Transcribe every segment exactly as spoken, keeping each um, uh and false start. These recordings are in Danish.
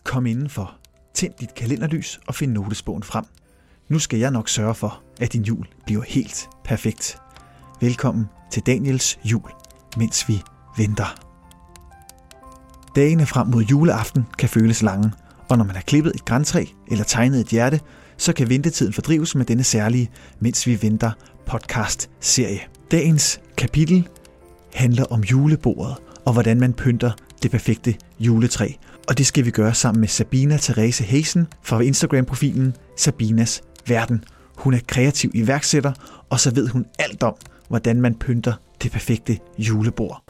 Kom indenfor, tænd dit kalenderlys og find notesbogen frem. Nu skal jeg nok sørge for, at din jul bliver helt perfekt. Velkommen til Daniels jul, mens vi venter. Dagene frem mod juleaften kan føles lange, og når man har klippet et grantræ eller tegnet et hjerte, så kan ventetiden fordrives med denne særlige Mens vi venter podcast-serie. Dagens kapitel handler om julebordet og hvordan man pynter det perfekte juletræ. Og det skal vi gøre sammen med Sabina Therese Haysen fra Instagram-profilen Sabinas Verden. Hun er kreativ iværksætter, og så ved hun alt om, hvordan man pynter det perfekte julebord.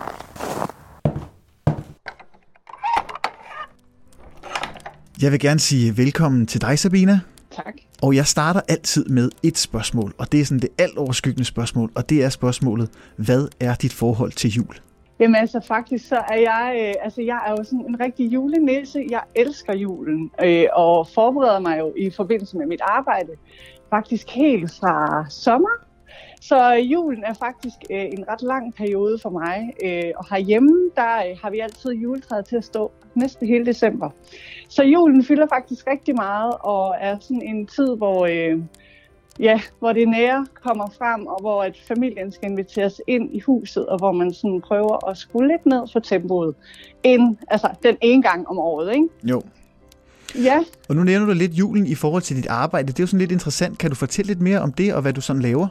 Jeg vil gerne sige velkommen til dig, Sabina. Tak. Og jeg starter altid med et spørgsmål, og det er sådan det alt overskyggende spørgsmål, og det er spørgsmålet: hvad er dit forhold til jul? Jamen altså faktisk så er jeg, øh, altså jeg er jo sådan en rigtig julenisse. Jeg elsker julen øh, og forbereder mig jo i forbindelse med mit arbejde faktisk helt fra sommer. Så julen er faktisk øh, en ret lang periode for mig, øh, og herhjemme der øh, har vi altid juletræet til at stå næsten hele december. Så julen fylder faktisk rigtig meget og er sådan en tid, hvor, øh, ja, hvor det nære kommer frem, og hvor at familien skal inviteres ind i huset, og hvor man sådan prøver at skrue lidt ned for tempoet, end, altså den ene gang om året, ikke? Jo. Ja. Og nu nævner du lidt julen i forhold til dit arbejde. Det er jo sådan lidt interessant. Kan du fortælle lidt mere om det, og hvad du sådan laver?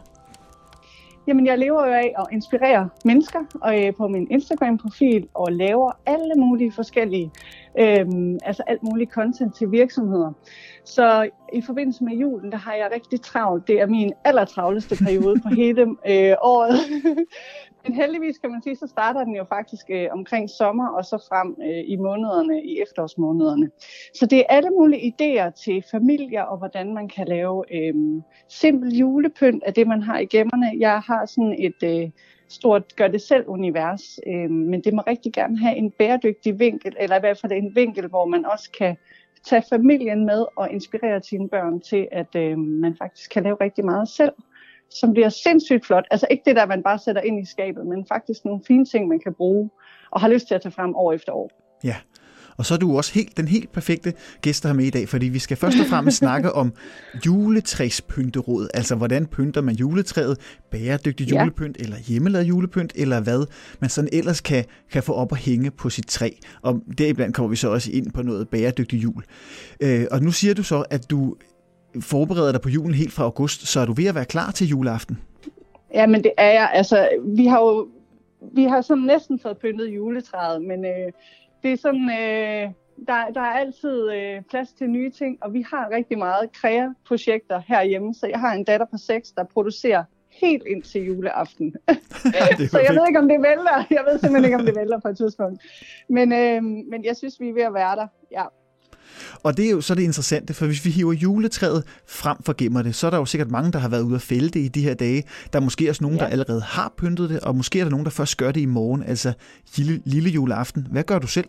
Jamen, jeg lever jo af at inspirere mennesker og, øh, på min Instagram-profil og laver alle mulige forskellige, øh, altså alt muligt content til virksomheder. Så i forbindelse med julen, der har jeg rigtig travlt. Det er min allertravleste periode på hele øh, året. Men heldigvis kan man sige, så starter den jo faktisk øh, omkring sommer og så frem øh, i månederne, i efterårsmånederne. Så det er alle mulige idéer til familier og hvordan man kan lave øh, simpel julepynt af det, man har i gemmerne. Jeg har sådan et øh, stort gør-det-selv-univers, øh, men det må rigtig gerne have en bæredygtig vinkel, eller i hvert fald en vinkel, hvor man også kan tage familien med og inspirere sine børn til, at øh, man faktisk kan lave rigtig meget selv, som bliver sindssygt flot. Altså ikke det der, man bare sætter ind i skabet, men faktisk nogle fine ting, man kan bruge og har lyst til at tage frem år efter år. Ja, og så er du også helt, den helt perfekte gæst, der har med i dag, fordi vi skal først og fremmest snakke om juletræspynteråd. Altså, hvordan pynter man juletræet? Bæredygtig Ja. julepynt, eller hjemmelavet julepynt, eller hvad man sådan ellers kan, kan få op og hænge på sit træ. Og deriblandt kommer vi så også ind på noget bæredygtig jul. Øh, og nu siger du så, at du forbereder dig på julen helt fra august, så er du ved at være klar til juleaften? Ja, men det er jeg. Altså, vi har jo vi har sådan næsten fået pyntet juletræet, men øh, det er sådan, øh, der, der er altid øh, plads til nye ting, og vi har rigtig meget kreaprojekter herhjemme, så jeg har en datter på seks, der producerer helt ind til juleaften. Så jeg ved ikke, om det vælter. Jeg ved simpelthen ikke, om det vælter på et tidspunkt. Men, øh, men jeg synes, vi er ved at være der. Ja. Og det er jo så det interessante, for hvis vi hiver juletræet frem for gemmer det, så er der jo sikkert mange, der har været ude at fælde det i de her dage. Der er måske også nogen, ja. der allerede har pyntet det, og måske er der nogen, der først gør det i morgen, altså lille, lille juleaften. Hvad gør du selv?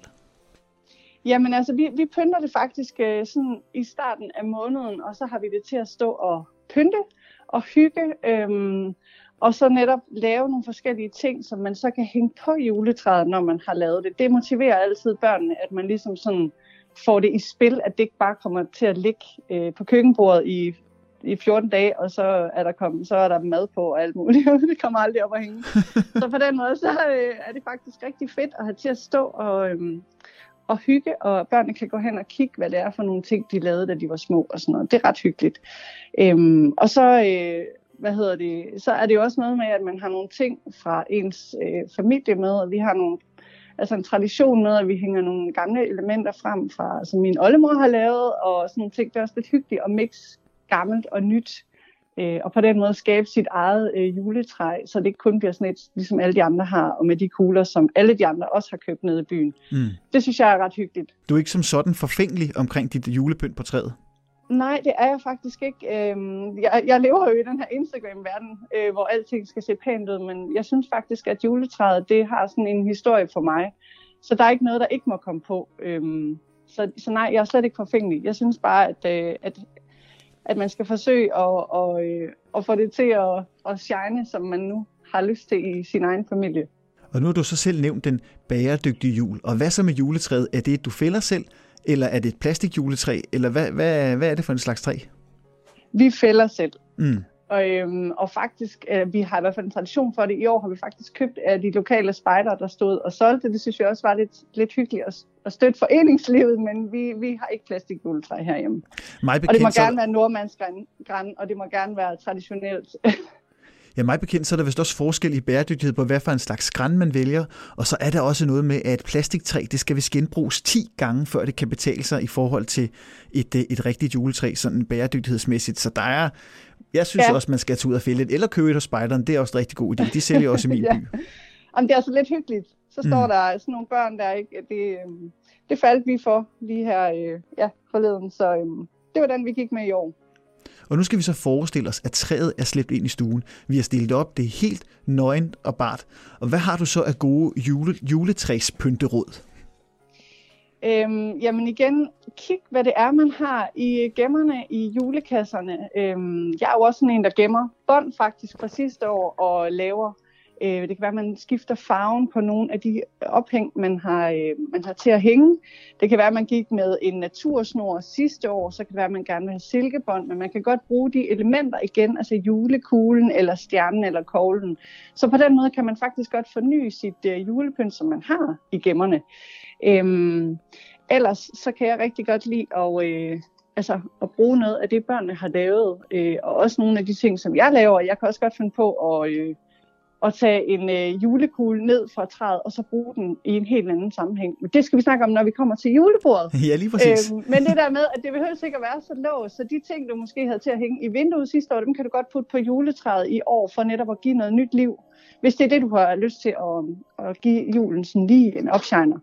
Jamen altså, vi, vi pynter det faktisk øh, sådan i starten af måneden, og så har vi det til at stå og pynte og hygge, øhm, og så netop lave nogle forskellige ting, som man så kan hænge på juletræet, når man har lavet det. Det motiverer altid børnene, at man ligesom sådan får det i spil, at det ikke bare kommer til at ligge øh, på køkkenbordet i, i fjorten dage, og så er der kommet, så er der mad på og alt muligt. Det kommer aldrig op at hænge. Så på den måde, så øh, er det faktisk rigtig fedt at have til at stå og, øh, og hygge, og børnene kan gå hen og kigge, hvad det er for nogle ting, de lavede, da de var små og sådan noget. Det er ret hyggeligt. Øhm, og så, øh, hvad hedder det, så er det jo også noget med, at man har nogle ting fra ens øh, familie med, og vi har nogle altså en tradition med, at vi hænger nogle gamle elementer frem fra, som min oldemor har lavet, og sådan nogle ting. Det er også lidt hyggeligt at mixe gammelt og nyt, øh, og på den måde skabe sit eget øh, juletræ, så det ikke kun bliver sådan et, ligesom alle de andre har, og med de kugler, som alle de andre også har købt nede i byen. Mm. Det synes jeg er ret hyggeligt. Du er ikke som sådan forfængelig omkring dit julepynt på træet? Nej, det er jeg faktisk ikke. Jeg, jeg lever jo i den her Instagram-verden, hvor alting skal se pænt ud, men jeg synes faktisk, at juletræet, det har sådan en historie for mig. Så der er ikke noget, der ikke må komme på. Så, så nej, jeg er slet ikke forfængelig. Jeg synes bare, at, at, at man skal forsøge at, at, at få det til at, at shine, som man nu har lyst til i sin egen familie. Og nu har du så selv nævnt den bæredygtige jul. Og hvad så med juletræet? Er det, du fælder selv, eller er det et plastikjuletræ, eller hvad, hvad, hvad er det for en slags træ? Vi fælder selv. Mm. Og, øhm, og faktisk, øh, vi har i hvert fald en tradition for det. I år har vi faktisk købt af de lokale spejdere, der stod og solgte. Det synes jeg også var lidt, lidt hyggeligt at, at støtte foreningslivet, men vi, vi har ikke plastikjuletræ herhjemme. Bekendt, og det må så... gerne være nordmandsgran, og det må gerne være traditionelt. Ja, mig bekendt, så er der vist også forskel i bæredygtighed på, hvad for en slags gran man vælger. Og så er der også noget med, at et plastiktræ, det skal vist genbruges ti gange, før det kan betale sig i forhold til et, et rigtigt juletræ, sådan bæredygtighedsmæssigt. Så der er, jeg synes ja. også, man skal tage ud og fælde et, eller købe et hos spejderen. Det er også en rigtig god idé. De sælger også i min ja. by. Jamen, det er altså lidt hyggeligt. Så står mm. der sådan nogle børn, der ikke... Det, det faldt vi for lige her øh, ja, forleden, så øh, det var den, vi gik med i år. Og nu skal vi så forestille os, at træet er slæbt ind i stuen. Vi har stillet op, det er helt nøgent og bart. Og hvad har du så af gode jule, juletræspynteråd? Øhm, jamen igen, kig hvad det er, man har i gemmerne i julekasserne. Øhm, jeg er jo også sådan en, der gemmer bånd faktisk fra sidste år og laver. Øh, det kan være, at man skifter farven på nogle af de ophæng, man har, øh, man har til at hænge. Det kan være, at man gik med en natursnor sidste år, så kan det være, at man gerne vil have silkebånd, men man kan godt bruge de elementer igen, altså julekuglen eller stjernen eller koglen. Så på den måde kan man faktisk godt forny sit øh, julepynt, som man har i gemmerne. Øhm, ellers så kan jeg rigtig godt lide at, øh, altså, at bruge noget af det, børnene har lavet, øh, og også nogle af de ting, som jeg laver. Jeg kan også godt finde på at... Øh, og tage en øh, julekugle ned fra træet, og så bruge den i en helt anden sammenhæng. Men det skal vi snakke om, når vi kommer til julebordet. Ja, lige præcis. Øhm, men det der med, at det behøver ikke at være så låst, så de ting, du måske havde til at hænge i vinduet sidste år, dem kan du godt putte på juletræet i år, for netop at give noget nyt liv. Hvis det er det, du har lyst til at, at give julen sådan lige en opshiner.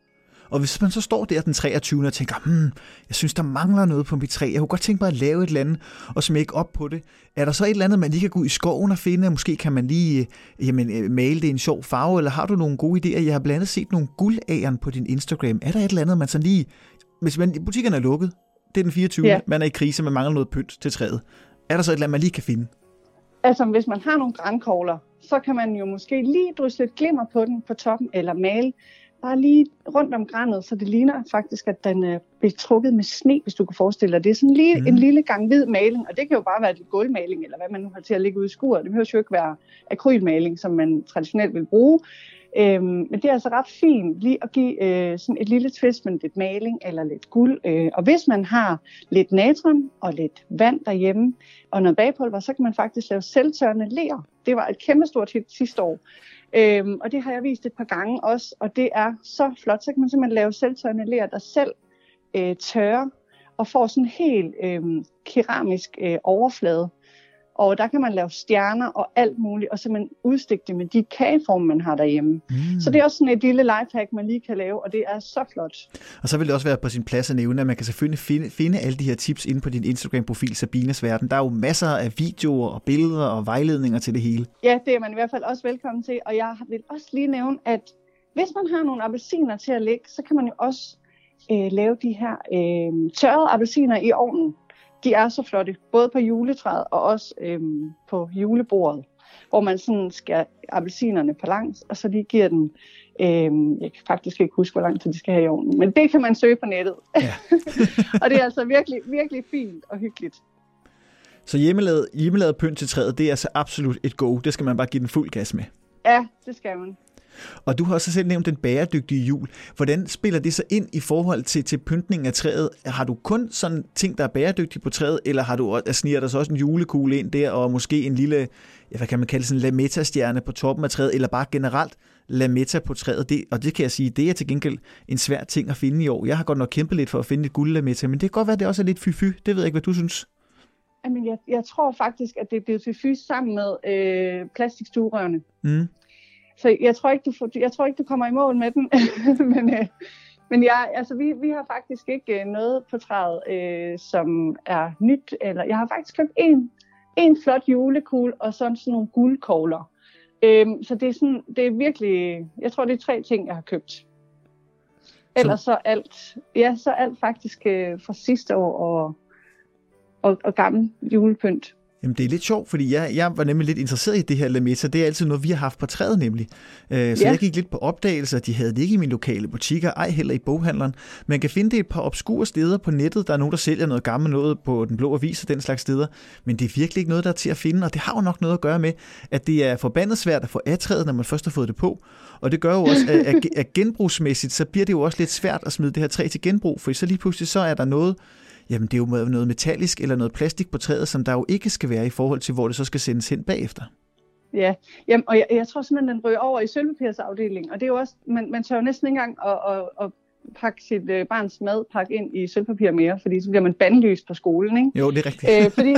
Og hvis man så står der den treogtyvende og tænker, hmm, jeg synes, der mangler noget på mit træ. Jeg kunne godt tænke mig at lave et eller andet, og smække op på det. Er der så et eller andet, man lige kan gå ud i skoven og finde? Måske kan man lige jamen, male det i en sjov farve, eller har du nogle gode idéer? Jeg har blandt andet set nogle guldagern på din Instagram. Er der et eller andet, man så lige... Hvis man, butikkerne er lukket, det er den fireogtyvende Ja. Man er i krise, man mangler noget pynt til træet. Er der så et eller andet, man lige kan finde? Altså, hvis man har nogle grankogler, så kan man jo måske lige drysse lidt glimmer på den på toppen, eller male bare lige rundt om granet, så det ligner faktisk, at den er betrukket med sne, hvis du kan forestille dig. Det er sådan lige mm. en lille gang hvid maling, og det kan jo bare være lidt gulvmaling, eller hvad man nu har til at ligge ude i skuret. Det behøver jo ikke være akrylmaling, som man traditionelt vil bruge. Øhm, men det er altså ret fint lige at give øh, sådan et lille twist med lidt maling eller lidt guld. Øh, og hvis man har lidt natron og lidt vand derhjemme og noget bagpulver, så kan man faktisk lave selvtørrende ler. Det var et kæmpestort hit sidste år. Øhm, og det har jeg vist et par gange også, og det er så flot. Så kan man simpelthen lave selvtørrende ler, der selv øh, tørrer og får sådan en helt øh, keramisk øh, overflade. Og der kan man lave stjerner og alt muligt, og simpelthen udstikke det med de kageformer, man har derhjemme. Mm. Så det er også sådan et lille lifehack, man lige kan lave, og det er så flot. Og så vil det også være på sin plads at nævne, at man kan selvfølgelig finde, finde alle de her tips inde på din Instagram-profil, Sabines Verden. Der er jo masser af videoer og billeder og vejledninger til det hele. Ja, det er man i hvert fald også velkommen til. Og jeg vil også lige nævne, at hvis man har nogle appelsiner til at lægge, så kan man jo også øh, lave de her øh, tørrede appelsiner i ovnen. De er så flotte, både på juletræet og også øhm, på julebordet, hvor man sådan skærer appelsinerne på langs, og så lige giver den, øhm, jeg kan faktisk ikke huske, hvor lang tid de skal have i ovnen, men det kan man søge på nettet. Ja. Og det er altså virkelig, virkelig fint og hyggeligt. Så hjemmelavet, hjemmelavet pynt til træet, det er altså absolut et go. Det skal man bare give den fuld gas med. Ja, det skal man. Og du har også selv nævnt den bæredygtige jul. Hvordan spiller det så ind i forhold til, til pyntningen af træet? Har du kun sådan ting, der er bæredygtige på træet, eller har du, sniger der så også en julekugle ind der, og måske en lille, ja, hvad kan man kalde sådan en lametta-stjerne på toppen af træet, eller bare generelt lametta på træet? Det, og det kan jeg sige, det er til gengæld en svær ting at finde i år. Jeg har godt nok kæmpet lidt for at finde et guld lametta, men det kan godt være, at det også er lidt fy-fy. Det ved jeg ikke, hvad du synes. Jamen, jeg, jeg tror faktisk, at det er blevet fy-fy sammen med øh, plastikstuerørene. Mm. Så jeg tror ikke, du får, jeg tror ikke, du kommer i mål med den. men øh, men jeg, altså, vi, vi har faktisk ikke noget på træet, øh, som er nyt. Eller, jeg har faktisk købt en, en flot julekugle og sådan, sådan nogle guldkogler. Øh, så det er, sådan, det er virkelig, jeg tror, det er tre ting, jeg har købt. Ellers så alt, ja, så alt faktisk øh, fra sidste år og, og, og gammel julepynt. Jamen, det er lidt sjovt, fordi jeg, jeg var nemlig lidt interesseret i det her lametta. Det er altid noget, vi har haft på træet nemlig. Øh, så ja. Jeg gik lidt på opdagelser. De havde det ikke i mine lokale butikker, ej heller i boghandleren. Man kan finde det et par obskure steder på nettet. Der er nogen, der sælger noget gammelt noget på Den Blå Avis og den slags steder. Men det er virkelig ikke noget, der er til at finde, og det har jo nok noget at gøre med, at det er forbandet svært at få af træet, når man først har fået det på. Og det gør jo også, at, at, at genbrugsmæssigt, så bliver det jo også lidt svært at smide det her træ til genbrug, for så lige pludselig så er der noget, jamen det er jo noget metallisk eller noget plastik på træet, som der jo ikke skal være i forhold til, hvor det så skal sendes hen bagefter. Ja, jamen, og jeg, jeg tror simpelthen, den ryger over i sølvpapirsafdelingen, og det er jo også, man, man tør jo næsten ikke engang at, at, at pakke sit øh, barns madpakke ind i sølvpapir mere, fordi så bliver man bandlyst på skolen, ikke? Jo, det er rigtigt. Æ, fordi,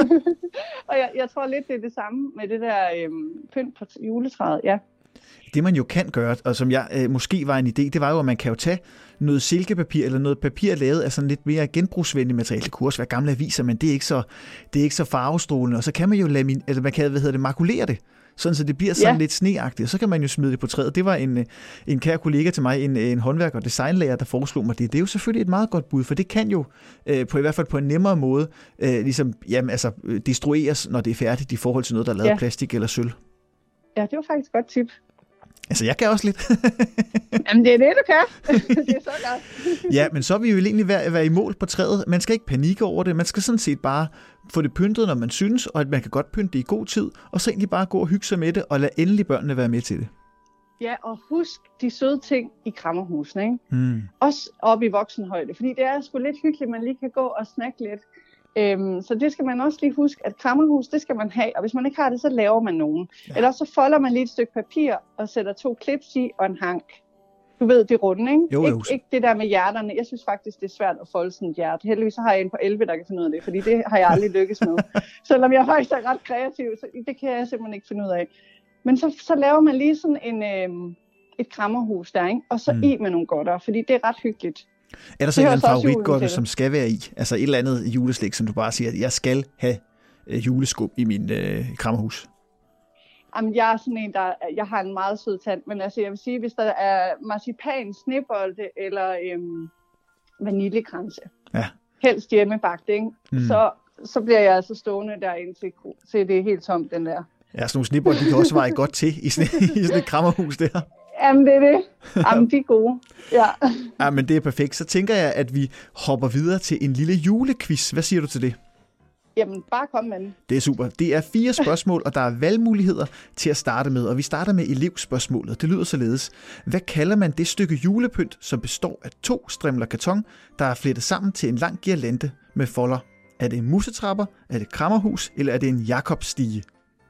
og jeg, jeg tror lidt, det er det samme med det der øh, pynt på juletræet, ja. Det man jo kan gøre, og som jeg øh, måske var en idé, det var jo, at man kan jo tage noget silkepapir eller noget papir lavet af sådan lidt mere genbrugsvenligt materiale. Det kunne også være gamle aviser, men det er ikke så, det er ikke så farvestrålende. Og så kan man jo lamin, eller man kan, hvad hedder det, makulere det, sådan så det bliver sådan ja. lidt sneagtigt. Og så kan man jo smide det på træet. Det var en, en kær kollega til mig, en, en håndværker og designlærer, der foreslog mig det. Det er jo selvfølgelig et meget godt bud, for det kan jo øh, på i hvert fald på en nemmere måde øh, ligesom, jamen, altså, destrueres, når det er færdigt i forhold til noget, der er lavet ja. plastik eller sølv. Ja, det var faktisk et godt tip. Altså, jeg kan også lidt. Jamen, det er det, du kan. Det er så godt. Ja, men så er vi jo egentlig ved at være i mål på træet. Man skal ikke panikke over det. Man skal sådan set bare få det pyntet, når man synes, og at man kan godt pynte det i god tid, og så egentlig bare gå og hygge sig med det, og lade endelig børnene være med til det. Ja, og husk de søde ting i krammerhusene, ikke? Mm. Også oppe i voksenhøjde, fordi det er sgu lidt hyggeligt, man lige kan gå og snakke lidt. Øhm, så det skal man også lige huske, at krammerhus, det skal man have, og hvis man ikke har det, så laver man nogen. Ja. Eller så folder man lige et stykke papir og sætter to klips i og en hank. Du ved, det runde, ikke? Jo, jo. Ik- ikke det der med hjerterne. Jeg synes faktisk, det er svært at folde sådan et hjerte. Heldigvis så har jeg en på elleve, der kan finde ud af det, fordi det har jeg aldrig lykkes med. Selvom jeg faktisk er ret kreativ, så det kan jeg simpelthen ikke finde ud af. Men så, så laver man lige sådan en, øhm, et krammerhus der, ikke? Og så mm. i med nogle godter, fordi det er ret hyggeligt. Er der så en favoritgodte, som skal være i? Altså et eller andet juleslik, som du bare siger, at jeg skal have øh, juleskum i min øh, krammerhus? Jamen, jeg er sådan en, der jeg har en meget sød tand, men altså jeg vil sige, hvis der er marcipan, snebolde eller øhm, vaniljekranse, ja. helst hjemmebagt, ikke? Mm. Så, så bliver jeg altså stående derinde til, til det er helt tomt, den der. Ja, sådan nogle snebolde, de kan også veje godt til i sådan, i sådan et krammerhus der. Jamen, det er det. Jamen, de er gode. Ja. Ja, men det er perfekt. Så tænker jeg, at vi hopper videre til en lille julequiz. Hvad siger du til det? Jamen, bare kom med den. Det er super. Det er fire spørgsmål, og der er valgmuligheder til at starte med. Og vi starter med elevspørgsmålet. Det lyder således. Hvad kalder man det stykke julepynt, som består af to strimler karton, der er flettet sammen til en lang guirlande med folder? Er det en musetrapper, er det krammerhus, eller er det en Jakobstige?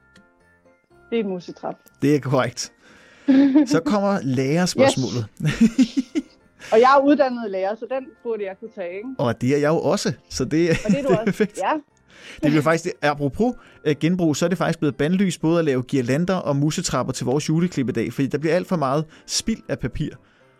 Det er en musetrap. Det er korrekt. Så kommer lærerspørgsmålet. Yes. Og jeg er uddannet lærer, så den burde jeg kunne tage, ikke? Og det er jeg jo også, så det, og det er, du det er også. perfekt. Ja. Det bliver faktisk, apropos genbrug, så er det faktisk blevet bandlyst både at lave guirlander og musetrapper til vores juleklip i dag, fordi der bliver alt for meget spild af papir.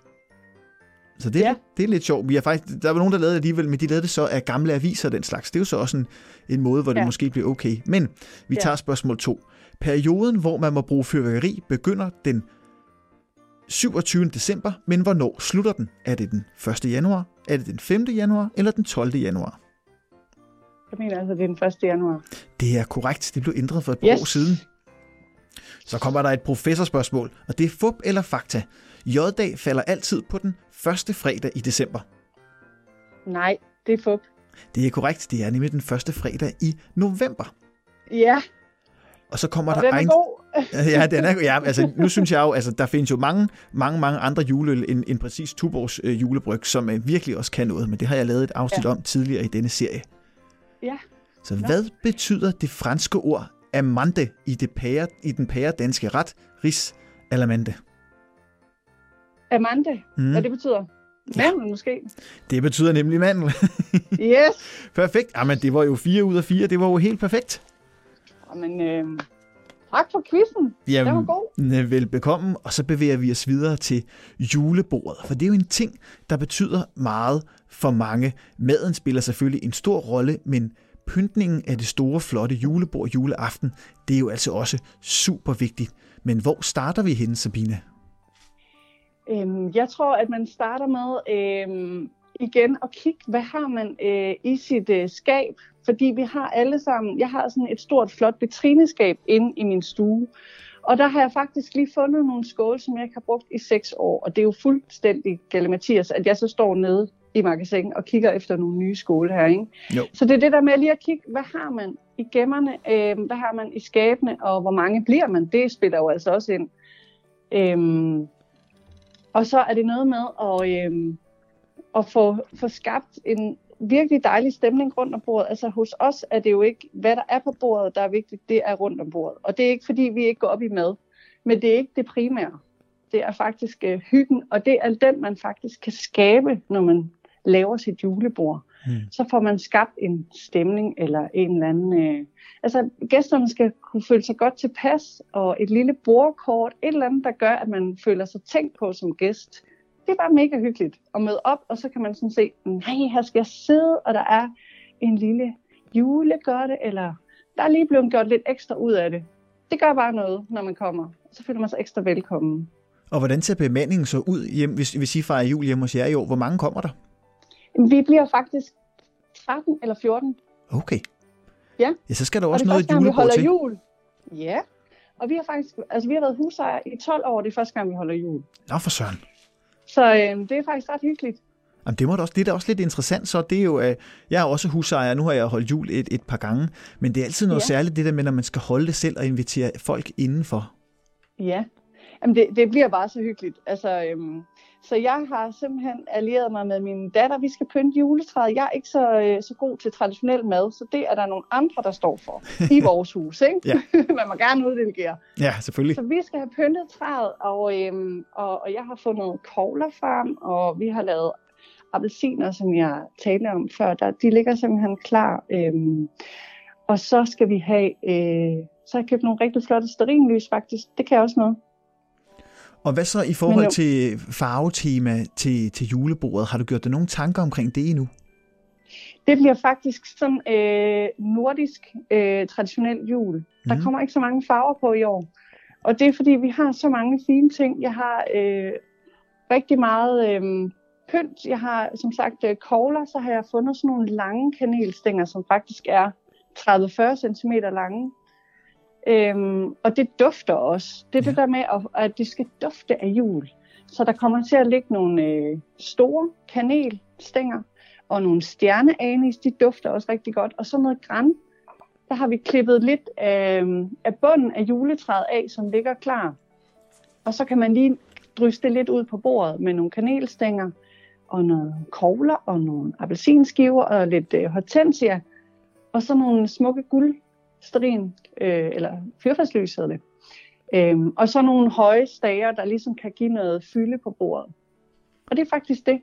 Så det, ja. det er lidt sjovt. Vi har faktisk, der var nogen, der lavede det alligevel, men de lavede det så af gamle aviser og den slags. Det er jo så også en, en måde, hvor det ja. måske bliver okay. Men vi tager ja. spørgsmål to. Perioden, hvor man må bruge fyrværkeri, begynder den syvogtyvende december, men hvornår slutter den? Er det den første januar, er det den femte januar eller den tolvte januar? Jeg mener altså, det er den første januar. Det er korrekt. Det blev ændret for et par yes. år siden. Så kommer der et professorspørgsmål, og det er fup eller fakta. J-dag falder altid på den første fredag i december. Nej, det er fup. Det er korrekt. Det er nemlig den første fredag i november. Ja. Og så kommer og der den er en... god. ja, den er, ja, altså nu synes jeg jo, altså der findes jo mange, mange, mange andre juleøl end, end præcis Tuborgs øh, julebryg, som øh, virkelig også kan noget, men det har jeg lavet et afsnit ja. om tidligere i denne serie. Ja. Så Nå. hvad betyder det franske ord amande i, det pære, i den pæredanske ret ris alamande? Amande? Mm. Hvad det betyder? Mandel ja. måske? Det betyder nemlig mandel. Yes. Perfekt. Jamen det var jo fire ud af fire, det var jo helt perfekt. Jamen, øh, tak for quizzen. Jamen, det var god. Velbekomme, og så bevæger vi os videre til julebordet, for det er jo en ting, der betyder meget for mange. Maden spiller selvfølgelig en stor rolle, men pyntningen af det store, flotte julebord juleaften, det er jo altså også super vigtigt. Men hvor starter vi henne, Sabine? Øhm, jeg tror, at man starter med øhm, igen at kigge, hvad har man øh, i sit øh, skab fordi vi har alle sammen, jeg har sådan et stort, flot vitrineskab inde i min stue, og der har jeg faktisk lige fundet nogle skåle, som jeg ikke har brugt i seks år, og det er jo fuldstændig galimatias, at jeg så står nede i magasin og kigger efter nogle nye skåle her, ikke? Jo. Så det er det der med lige at kigge, hvad har man i gemmerne, øh, hvad har man i skabene, og hvor mange bliver man, det spiller jo altså også ind. Øhm, og så er det noget med at, øhm, at få, få skabt en virkelig dejlig stemning rundt om bordet. Altså hos os er det jo ikke, hvad der er på bordet, der er vigtigt, det er rundt om bordet. Og det er ikke fordi, vi ikke går op i mad, men det er ikke det primære. Det er faktisk øh, hyggen, og det er den, man faktisk kan skabe, når man laver sit julebord. Hmm. Så får man skabt en stemning eller en eller anden... Øh, altså gæsterne skal kunne føle sig godt tilpas, og et lille bordkort, et eller andet, der gør, at man føler sig tænkt på som gæst. Det er bare mega hyggeligt at møde op, og så kan man sådan se, nej, her skal jeg sidde, og der er en lille julegodte, eller der er lige blevet gjort lidt ekstra ud af det. Det gør bare noget, når man kommer. Så føler man sig ekstra velkommen. Og hvordan ser bemandingen så ud, hjem, hvis, hvis I fejrer jul hjemme hos jer i år? Hvor mange kommer der? Vi bliver faktisk tretten eller fjorten. Okay. Ja. Ja, så skal der også noget julebord til. Jul. Ja. Og vi har faktisk, altså vi har været husejer i tolv år, det er første gang, vi holder jul. Nå for søren. Så øh, det er faktisk ret hyggeligt. Jamen, det, må da også, det er da også lidt interessant, så det er jo, øh, jeg er også husejer, nu har jeg holdt jul et, et par gange, men det er altid noget ja. særligt, det der med, når man skal holde det selv og invitere folk indenfor. Ja, Jamen, det, det bliver bare så hyggeligt. Altså, øhm, så jeg har simpelthen allieret mig med min datter, vi skal pynte juletræet. Jeg er ikke så, øh, så god til traditionel mad, så det er der nogle andre, der står for i vores hus, ikke? Ja. Man må gerne uddelegere. Ja, selvfølgelig. Så vi skal have pyntet træet, og, øhm, og, og jeg har fundet kogler frem, og vi har lavet appelsiner, som jeg talte om før. Der, de ligger simpelthen klar. Øhm, og så skal vi have, øh, så har jeg købt nogle rigtig flotte stearinlys faktisk. Det kan også noget. Og hvad så i forhold Men, til farvetema til, til julebordet? Har du gjort dig nogle tanker omkring det endnu? Det bliver faktisk sådan øh, nordisk øh, traditionel jul. Der mm. kommer ikke så mange farver på i år. Og det er fordi, vi har så mange fine ting. Jeg har øh, rigtig meget øh, pynt. Jeg har som sagt øh, kogler, så har jeg fundet sådan nogle lange kanelstænger, som faktisk er tredive til fyrre centimeter lange. Øhm, og det dufter også. Det er ja. det der med, at, at det skal dufte af jul. Så der kommer til at ligge nogle øh, store kanelstænger og nogle stjerneanis. De dufter også rigtig godt. Og så noget gran. Der har vi klippet lidt af, af bunden af juletræet af, som ligger klar. Og så kan man lige drysse det lidt ud på bordet med nogle kanelstænger og nogle kogler og nogle appelsinskiver og lidt øh, hortensia. Og så nogle smukke guld. Stearin, øh, eller fyrfadslys hedder det. Øhm, og så nogle høje stager, der ligesom kan give noget fylde på bordet. Og det er faktisk det.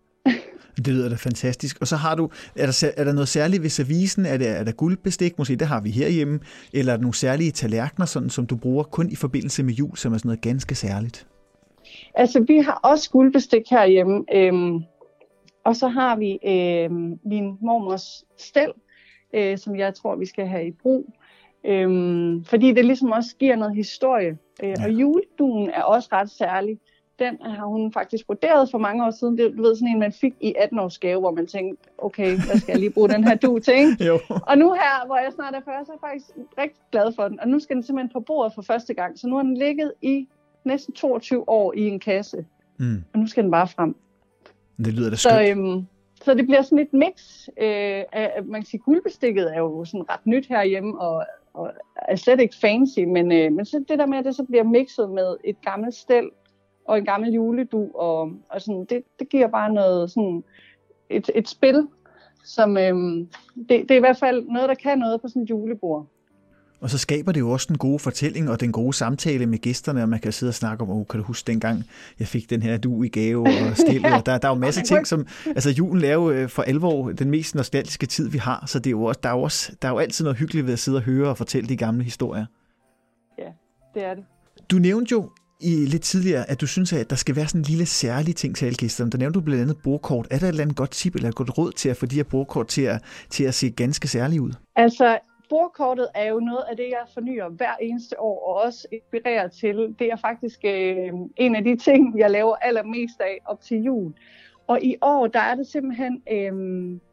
Det lyder da fantastisk. Og så har du, er der, er der noget særligt ved servicen? Er der, er der guldbestik? Måske det har vi herhjemme. Eller er der nogle særlige tallerkener, sådan, som du bruger kun i forbindelse med jul, som er sådan noget ganske særligt? Altså, vi har også guldbestik herhjemme. Øhm, og så har vi øhm, min mormors stel, Øh, som jeg tror, vi skal have i brug. Øhm, fordi det ligesom også giver noget historie. Øh, ja. Og juleduen er også ret særlig. Den har hun faktisk broderet for mange år siden. Det du ved sådan en, man fik i atten-års gave, hvor man tænkte, okay, hvad skal jeg lige bruge den her du til? Og nu her, hvor jeg snart er fyrre, så er jeg faktisk rigtig glad for den. Og nu skal den simpelthen på bordet for første gang. Så nu har den ligget i næsten toogtyve år i en kasse. Mm. Og nu skal den bare frem. Det lyder da skønt. Så, øhm, Så det bliver sådan et mix øh, af, man kan sige, guldbestikket er jo sådan ret nyt herhjemme, og, og er slet ikke fancy, men, øh, men så det der med, at det så bliver mixet med et gammelt stel og en gammel juledu, og, og sådan, det, det giver bare noget sådan et, et spil, som øh, det, det er i hvert fald noget, der kan noget på sådan et julebord. Og så skaber det jo også den gode fortælling og den gode samtale med gæsterne, og man kan sidde og snakke om, oh, kan du huske dengang, jeg fik den her du i gave og stil, og der, der er jo masser af ting, som, altså julen er jo for alvor den mest nostalgiske tid, vi har, så det er jo også, der er jo også, der er jo altid noget hyggeligt ved at sidde og høre og fortælle de gamle historier. Ja, det er det. Du nævnte jo i lidt tidligere, at du synes, at der skal være sådan en lille særlig ting til alle gæsterne. Der nævnte du blandt andet bordkort. Er der et eller andet godt tip eller et godt råd til at få de her bordkort til at, til at se ganske særlige ud? Altså, bordkortet er jo noget af det, jeg fornyer hver eneste år, og også inspirerer til. Det er faktisk øh, en af de ting, jeg laver allermest af op til jul. Og i år, der er det simpelthen øh,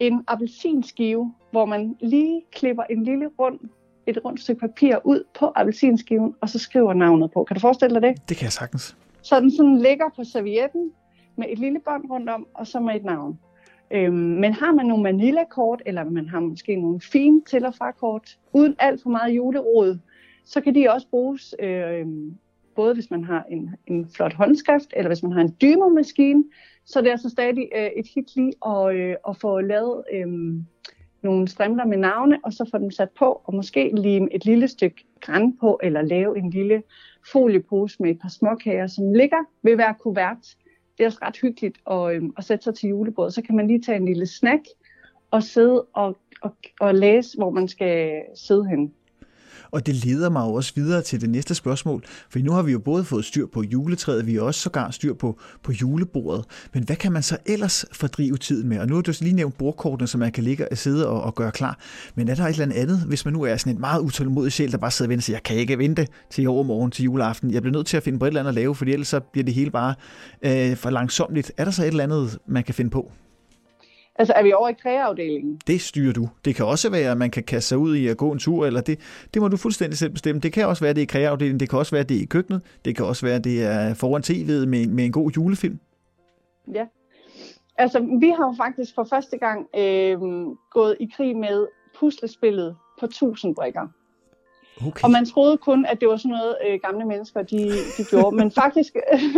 en appelsinskive, hvor man lige klipper en lille rund, et rundt stykke papir ud på appelsinskiven, og så skriver navnet på. Kan du forestille dig det? Det kan jeg sagtens. Så den sådan ligger på servietten med et lille bånd rundt om, og så med et navn. Øhm, men har man nogle Manila-kort, eller man har måske nogle fine til- og fra-kort, uden alt for meget julerod, så kan de også bruges, øh, både hvis man har en, en flot håndskrift, eller hvis man har en dymo-maskine, så det er altså stadig øh, et hit lige at, øh, at få lavet øh, nogle strimler med navne, og så få dem sat på, og måske lime et lille stykke gran på, eller lave en lille foliepose med et par småkager, som ligger ved hver kuvert. Det er også ret hyggeligt at, øh, at sætte sig til julebordet. Så kan man lige tage en lille snack og sidde og, og, og læse, hvor man skal sidde hen. Og det leder mig jo også videre til det næste spørgsmål, for nu har vi jo både fået styr på juletræet, vi har også sågar styr på, på julebordet. Men hvad kan man så ellers fordrive tiden med? Og nu har du lige nævnt bordkortene, som man kan ligge og sidde og, og gøre klar. Men er der et eller andet, hvis man nu er sådan en meget utålmodig sjæl, der bare sidder og venter og siger, jeg kan ikke vente til i overmorgen til juleaften. Jeg bliver nødt til at finde på et eller andet at lave, for ellers så bliver det hele bare øh, for langsomligt. Er der så et eller andet, man kan finde på? Altså, er vi over i kræafdelingen? Det styrer du. Det kan også være, at man kan kaste sig ud i at gå en tur, eller det, det må du fuldstændig selv bestemme. Det kan også være, at det er i kræafdelingen, det kan også være, at det er i køkkenet, det kan også være, at det er foran tv'et med, med en god julefilm. Ja. Altså, vi har jo faktisk for første gang øh, gået i krig med puslespillet på tusind brikker. Okay. Og man troede kun, at det var sådan noget, øh, gamle mennesker de, de gjorde. Men faktisk,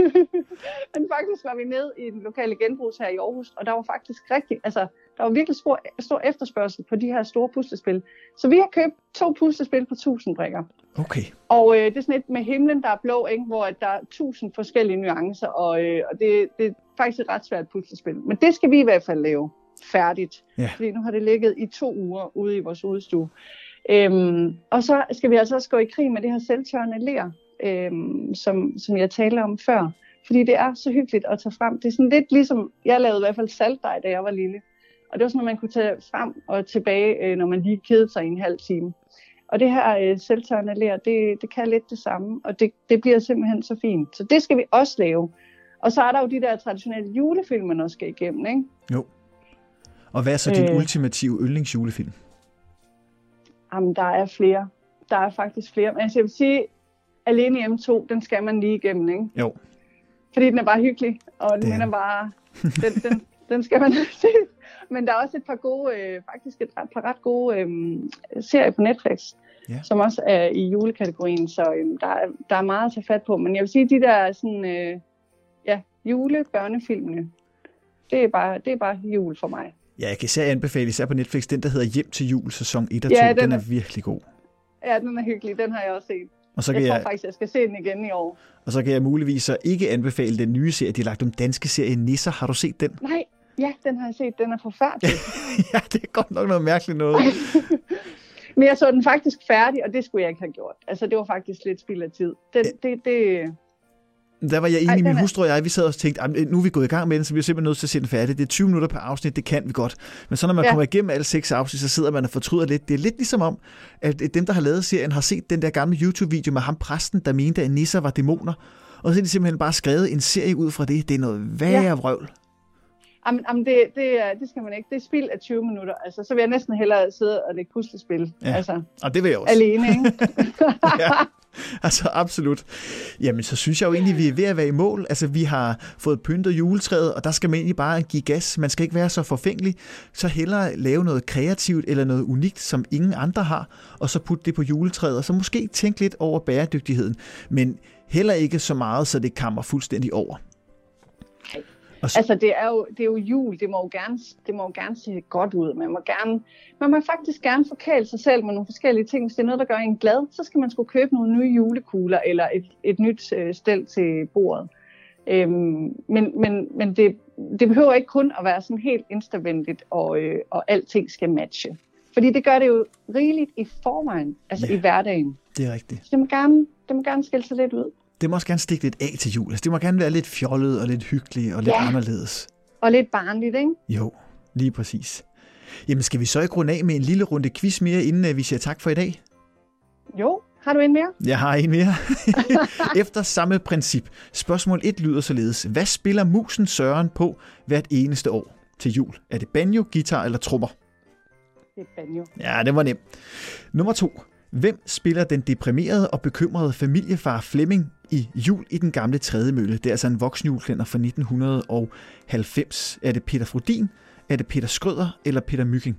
men faktisk var vi nede i den lokale genbrugs her i Aarhus, og der var faktisk rigtig, altså, der var virkelig stor, stor efterspørgsel på de her store puslespil. Så vi har købt to puslespil på tusind brikker. Okay. Og øh, det er sådan et med himlen, der er blå, ikke? Hvor der er tusind forskellige nuancer, og, øh, og det, det er faktisk et ret svært puslespil. Men det skal vi i hvert fald lave færdigt, ja. Fordi nu har det ligget i to uger ude i vores udstue. Øhm, og så skal vi altså også gå i krig med det her selvtørrende ler, øhm, som, som jeg talte om før. Fordi det er så hyggeligt at tage frem. Det er sådan lidt ligesom, jeg lavede i hvert fald saltdej, da jeg var lille. Og det var sådan noget, man kunne tage frem og tilbage, øh, når man lige kedede sig i en halv time. Og det her øh, selvtørrende ler, det, det kan lidt det samme, og det, det bliver simpelthen så fint. Så det skal vi også lave. Og så er der jo de der traditionelle julefilm, man også skal igennem, ikke? Jo. Og hvad er så din øh, ultimative yndlingsjulefilm? Jamen, der er flere. Der er faktisk flere. Men altså, jeg vil sige, Alene Hjemme to, den skal man lige igennem, ikke? Jo. Fordi den er bare hyggelig, og den er bare... Den, den, den skal man se. Men der er også et par gode, øh, faktisk et par ret gode øh, serier på Netflix, ja. Som også er i julekategorien, så øh, der, er, der er meget at tage fat på. Men jeg vil sige, de der sådan, øh, ja, julebørnefilmene, det er, bare, det er bare jul for mig. Ja, jeg kan især anbefale, især på Netflix, den der hedder Hjem til jul, sæson et og to, ja, den, den er, er virkelig god. Ja, den er hyggelig, den har jeg også set. Og så jeg tror jeg, faktisk, jeg skal se den igen i år. Og så kan jeg muligvis så ikke anbefale den nye serie, de har lagt om danske serie Nisser. Har du set den? Nej, ja, den har jeg set. Den er forfærdelig. Ja, det er godt nok noget mærkeligt noget. Men jeg så den faktisk færdig, og det skulle jeg ikke have gjort. Altså, det var faktisk lidt spild af tid. Den, ja. det, det... Der var jeg enig, Ej, min er... hustru og jeg, vi sad og tænkte, nu er vi gået i gang med den, så vi er simpelthen nødt til at se den færdig. Det er tyve minutter per afsnit, det kan vi godt. Men så når man ja. kommer igennem alle seks afsnit, så sidder man og fortryder lidt. Det er lidt ligesom om, at dem, der har lavet serien, har set den der gamle YouTube-video med ham præsten, der mente, at nisser var dæmoner. Og så er de simpelthen bare skrevet en serie ud fra det. Det er noget værre ja. vrøvl. Jamen, jamen det, det, det skal man ikke. Det er spild af tyve minutter. Altså, så vil jeg næsten hellere sidde og lægge puslespil. Ja. Altså, og det vil jeg også. Alene, ikke? Ja. Altså absolut. Jamen så synes jeg jo egentlig, vi er ved at være i mål. Altså vi har fået pyntet juletræet, og der skal man egentlig bare give gas. Man skal ikke være så forfængelig. Så hellere lave noget kreativt eller noget unikt, som ingen andre har, og så putte det på juletræet, og så måske tænke lidt over bæredygtigheden. Men heller ikke så meget, så det kammer fuldstændig over. Så... Altså det er jo det er jo jul, det må jo gerne det må jo gerne se godt ud. Man må gerne man må faktisk gerne forkæle sig selv med nogle forskellige ting. Hvis det er noget, der gør en glad, så skal man sgu købe nogle nye julekugler eller et et nyt øh, stel til bordet. Øhm, men men men det det behøver ikke kun at være sådan helt instavenligt og øh, og alting skal matche. Fordi det gør det jo rigeligt i forvejen, altså ja, i hverdagen. Det er rigtigt. Så det må gerne det må gerne skille sig lidt ud. Det må også gerne stikke lidt af til jul. Altså, det må gerne være lidt fjollet og lidt hyggeligt og lidt ja. anderledes. Og lidt barnligt, ikke? Jo, lige præcis. Jamen, skal vi så ikke runde af med en lille runde quiz mere, inden vi siger tak for i dag? Jo, har du en mere? Jeg har en mere. Efter samme princip. Spørgsmål et lyder således. Hvad spiller musen Søren på hvert eneste år? til jul? Er det banjo, guitar eller trommer? Det er banjo. Ja, det var nemt. Nummer to. Hvem spiller den deprimerede og bekymrede familiefar Flemming i Jul i den gamle Trædemølle? Det er altså en voksenjulekalender fra nitten halvfems. Er det Peter Frudin, er det Peter Skrøder eller Peter Mygind?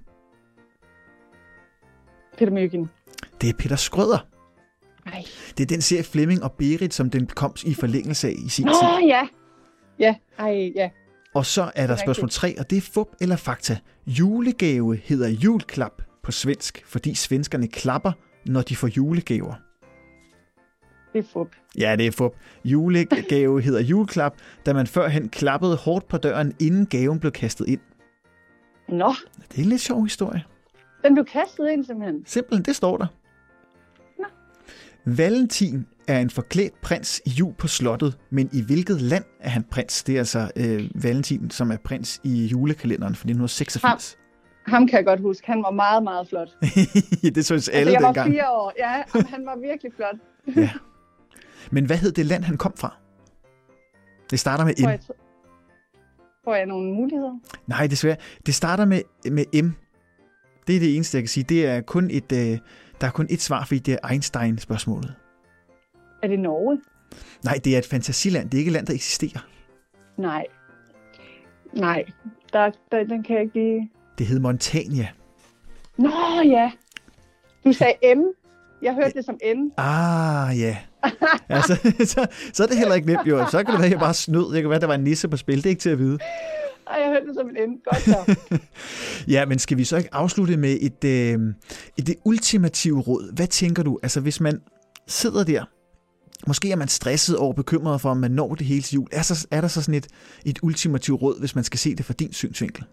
Peter Mygind. Det er Peter Skrøder. Nej. Det er den serie Flemming og Berit, som den kom i forlængelse af i sin Nå, tid. Nå ja. Ja, ej, ja. Og så er der spørgsmål tre, og det er fup eller fakta. Julegave hedder julklap på svensk, fordi svenskerne klapper, når de får julegaver. Det er fup. Ja, det er fup. Julegave hedder juleklap, da man førhen klappede hårdt på døren, inden gaven blev kastet ind. Nå. Det er en lidt sjov historie. Den blev kastet ind simpelthen? Simpelthen, det står der. Nå. Valentin er en forklædt prins i jul på slottet, men i hvilket land er han prins? Det er altså øh, Valentin, som er prins i julekalenderen fra nitten seksogfirs. Ham, ham kan jeg godt huske. Han var meget, meget flot. Det synes alle altså, jeg dengang. var fire år. Ja, han var virkelig flot. Ja. Men hvad hed det land, han kom fra? Det starter med M. Får jeg, får jeg nogle muligheder? Nej, desværre. Det starter med, med M. Det er det eneste, jeg kan sige. Det er kun et, øh, der er kun et svar, fordi det er Einstein-spørgsmålet. Er det Norge? Nej, det er et fantasiland. Det er ikke et land, der eksisterer. Nej. Nej, der, der, den kan jeg ikke lige... Det hed Montania. Nå ja. Du sagde M. Jeg hørte det som N. Ah, ja. Altså, så, så er det heller ikke nemt, jo. Så kan det være, at jeg bare snød. Det kan være, at der var en nisse på spil. Det er ikke til at vide. Ej, jeg hørte det som en N. Godt så. Ja, men skal vi så ikke afslutte med et, øh, et det ultimative råd? Hvad tænker du? Altså, hvis man sidder der, måske er man stresset og bekymret for, om man når det hele til jul. Er, så, er der så sådan et, et ultimativt råd, hvis man skal se det fra din synsvinkel?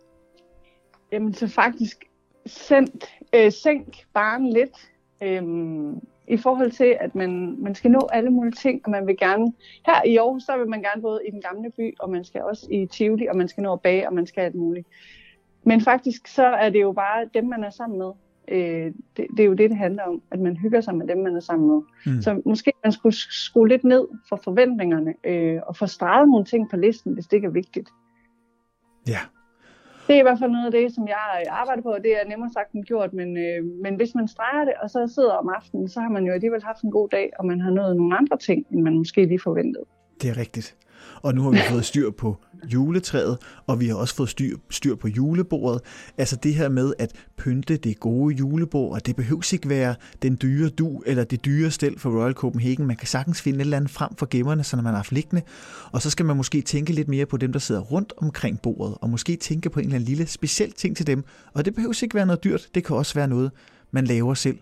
Jamen, så faktisk sendt, øh, sænk barn lidt. Øhm, i forhold til, at man, man skal nå alle mulige ting, og man vil gerne, her i Aarhus, så vil man gerne både i den gamle by, og man skal også i Tivoli, og man skal nå at bage, og man skal alt muligt. Men faktisk, så er det jo bare dem, man er sammen med. Øh, det, det er jo det, det handler om, at man hygger sig med dem, man er sammen med. Mm. Så måske man skulle skrue lidt ned for forventningerne, øh, og få streget nogle ting på listen, hvis det ikke er vigtigt. Ja. Det er i hvert fald noget af det, som jeg arbejder på, og det er nemmere sagt end gjort, men, øh, men hvis man streger det, og så sidder om aftenen, så har man jo alligevel haft en god dag, og man har nået nogle andre ting, end man måske lige forventede. Det er rigtigt. Og nu har vi fået styr på juletræet, og vi har også fået styr, styr på julebordet. Altså det her med at pynte det gode julebord, og det behøves ikke være den dyre du eller det dyre stel for Royal Copenhagen. Man kan sagtens finde et eller andet frem for gemmerne, så når man har haft liggende. Og så skal man måske tænke lidt mere på dem, der sidder rundt omkring bordet, og måske tænke på en eller anden lille speciel ting til dem. Og det behøves ikke være noget dyrt, det kan også være noget, man laver selv.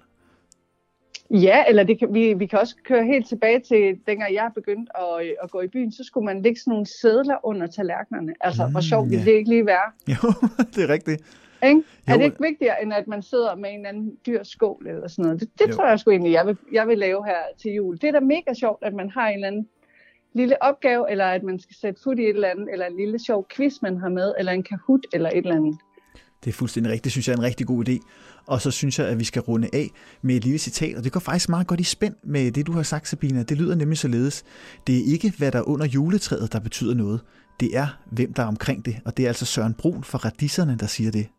Ja, eller det kan, vi, vi kan også køre helt tilbage til, dengang jeg begyndte at, at gå i byen, så skulle man lægge sådan nogle sedler under tallerkenerne. Altså, mm, hvor sjovt ville yeah. det ikke lige være? Jo, det er rigtigt. Ikke? Er det ikke vigtigere, end at man sidder med en eller anden dyr skål eller sådan noget? Det, det tror jeg sgu egentlig, jeg vil, jeg vil lave her til jul. Det er da mega sjovt, at man har en eller anden lille opgave, eller at man skal sætte fod i et eller andet, eller en lille sjov quiz, man har med, eller en Kahoot, eller et eller andet. Det er fuldstændig rigtigt. Det synes jeg er en rigtig god idé. Og så synes jeg, at vi skal runde af med et lille citat, og det går faktisk meget godt i spænd med det, du har sagt, Sabina. Det lyder nemlig således. Det er ikke, hvad der er under juletræet, der betyder noget. Det er, hvem der er omkring det. Og det er altså Søren Brun fra Radisserne, der siger det.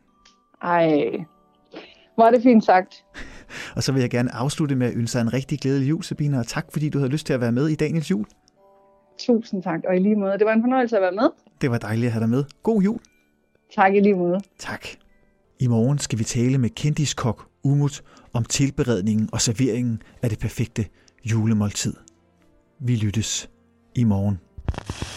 Ej, hvor er det fint sagt. Og så vil jeg gerne afslutte med at ønske dig en rigtig glædelig jul, Sabina, og tak, fordi du havde lyst til at være med i Daniels jul. Tusind tak, og i lige måde. Det var en fornøjelse at være med. Det var dejligt at have dig med. God jul. Tak i lige måde. Tak. I morgen skal vi tale med kendiskok Umut om tilberedningen og serveringen af det perfekte julemåltid. Vi lyttes i morgen.